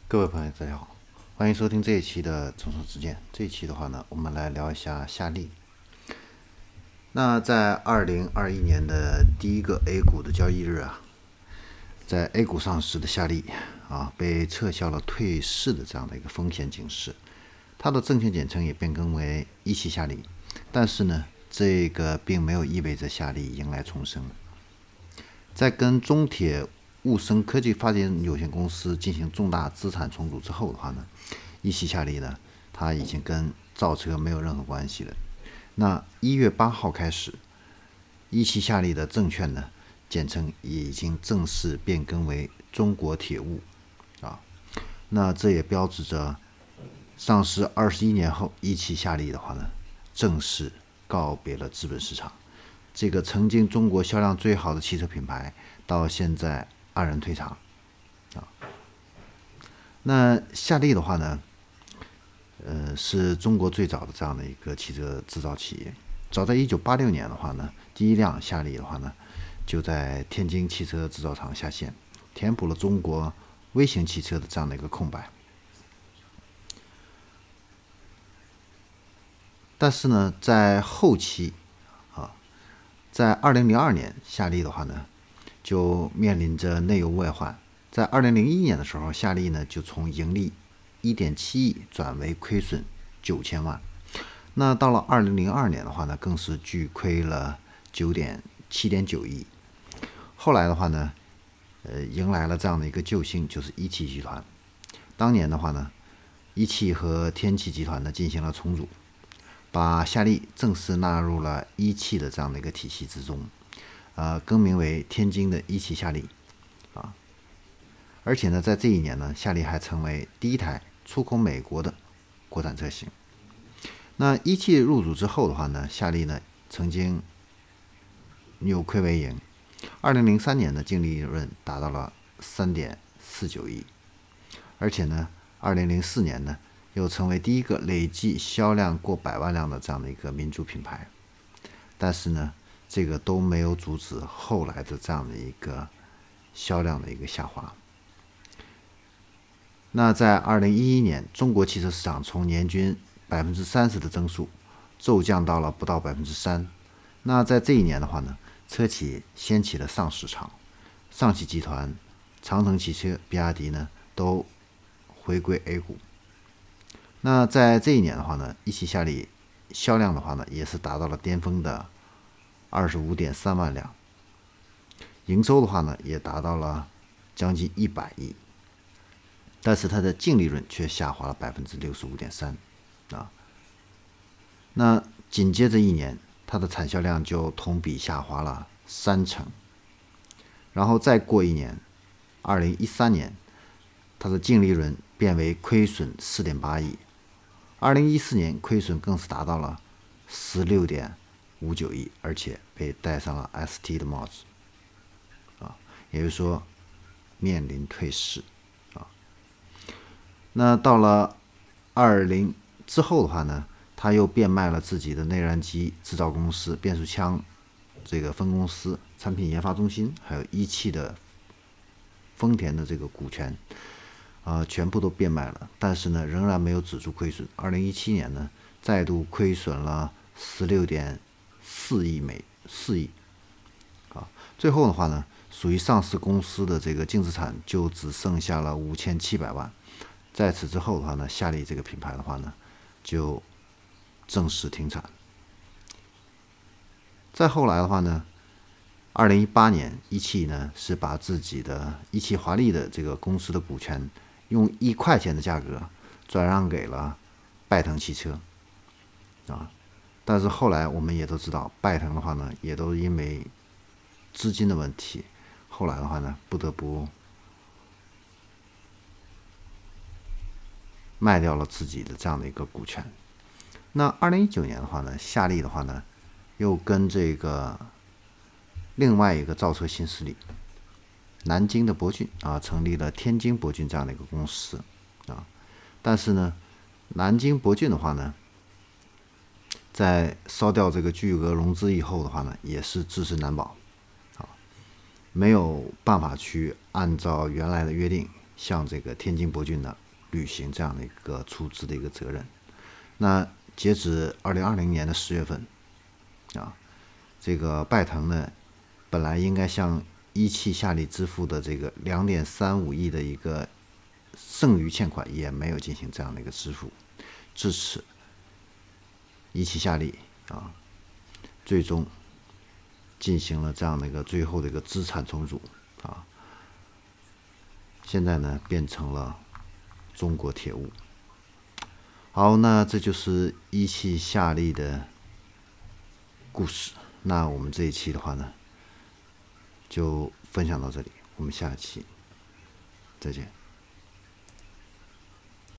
各位朋友，大家好，欢迎收听这一期的众说之见。这一期的话呢，我们来聊一下夏利。那在2021年的第一个 A 股的交易日啊，在 A 股上市的夏利被撤销了退市的这样的一个风险警示，它的证券简称也变更为一汽夏利。但是呢，这个并没有意味着夏利迎来重生。在跟中铁雾生科技发展有限公司进行重大资产重组之后的话呢，一汽夏利呢，它已经跟造车没有任何关系了。那1月8号开始，一汽夏利的证券呢，简称也已经正式变更为中国铁雾那这也标志着上市21年后，一汽夏利的话呢，正式告别了资本市场。这个曾经中国销量最好的汽车品牌，到现在黯然退场那夏利的话呢，是中国最早的这样的一个汽车制造企业。早在1986年的话呢，第一辆夏利的话呢，就在天津汽车制造厂下线，填补了中国微型汽车的这样的一个空白。但是呢，在后期在2002年，夏利的话呢，就面临着内忧外患。在2001年的时候，夏利呢就从盈利1.7亿转为亏损9000万。那到了2002年的话呢，更是巨亏了7.9亿。后来的话呢，迎来了这样的一个救星，就是一汽集团。当年的话呢，一汽和天齐集团呢进行了重组，把夏利正式纳入了一汽的这样的一个体系之中，更名为天津的一汽夏利而且呢，在这一年呢，夏利还成为第一台出口美国的国产车型。那一汽入主之后的话呢，夏利呢曾经扭亏为盈，2003年的净利润达到了3.49亿，而且呢，2004年呢又成为第一个累计销量过100万辆的这样的一个民族品牌。但是呢，这个都没有阻止后来的这样的一个销量的一个下滑。那在2011年，中国汽车市场从年均30%的增速骤降到了不到3%。那在这一年的话呢，车企掀起了上市潮，上汽集团、长城汽车、比亚迪呢都回归 A 股。那在这一年的话呢，一汽夏利销量的话呢，也是达到了巅峰的25.3万辆，营收的话呢，也达到了将近100亿。但是它的净利润却下滑了65.3%那紧接着一年，它的产销量就同比下滑了30%，然后再过一年，2013年，它的净利润变为亏损4.8亿，2014年亏损更是达到了16.59亿，而且被戴上了 ST 的帽子也就是说面临退市那到了20之后的话呢，他又变卖了自己的内燃机制造公司、变速箱这个分公司、产品研发中心，还有一汽的丰田的这个股权全部都变卖了。但是呢，仍然没有止住亏损。2017年呢，再度亏损了16.4亿最后的话呢，属于上市公司的这个净资产就只剩下了5700万。在此之后的话呢，夏利这个品牌的话呢，就正式停产。再后来的话呢，2018年，一汽呢是把自己的一汽华利的这个公司的股权，用1块钱的价格转让给了拜腾汽车但是后来我们也都知道，拜腾的话呢，也都因为资金的问题，后来的话呢，不得不卖掉了自己的这样的一个股权。那2019年的话呢，夏利的话呢，又跟这个另外一个造车新势力南京的博骏成立了天津博骏这样的一个公司但是呢，南京博骏的话呢，在烧掉这个巨额融资以后的话呢，也是自身难保没有办法去按照原来的约定向这个天津博郡呢履行这样的一个出资的一个责任。那截止2020年的10月份啊，这个拜腾呢本来应该向一汽夏利支付的这个2.35亿的一个剩余欠款也没有进行这样的一个支付，至此一汽夏利最终进行了这样的一个最后的一个资产重组现在呢变成了中国铁物。好，那这就是一汽夏利的故事。那我们这一期的话呢，就分享到这里，我们下期再见。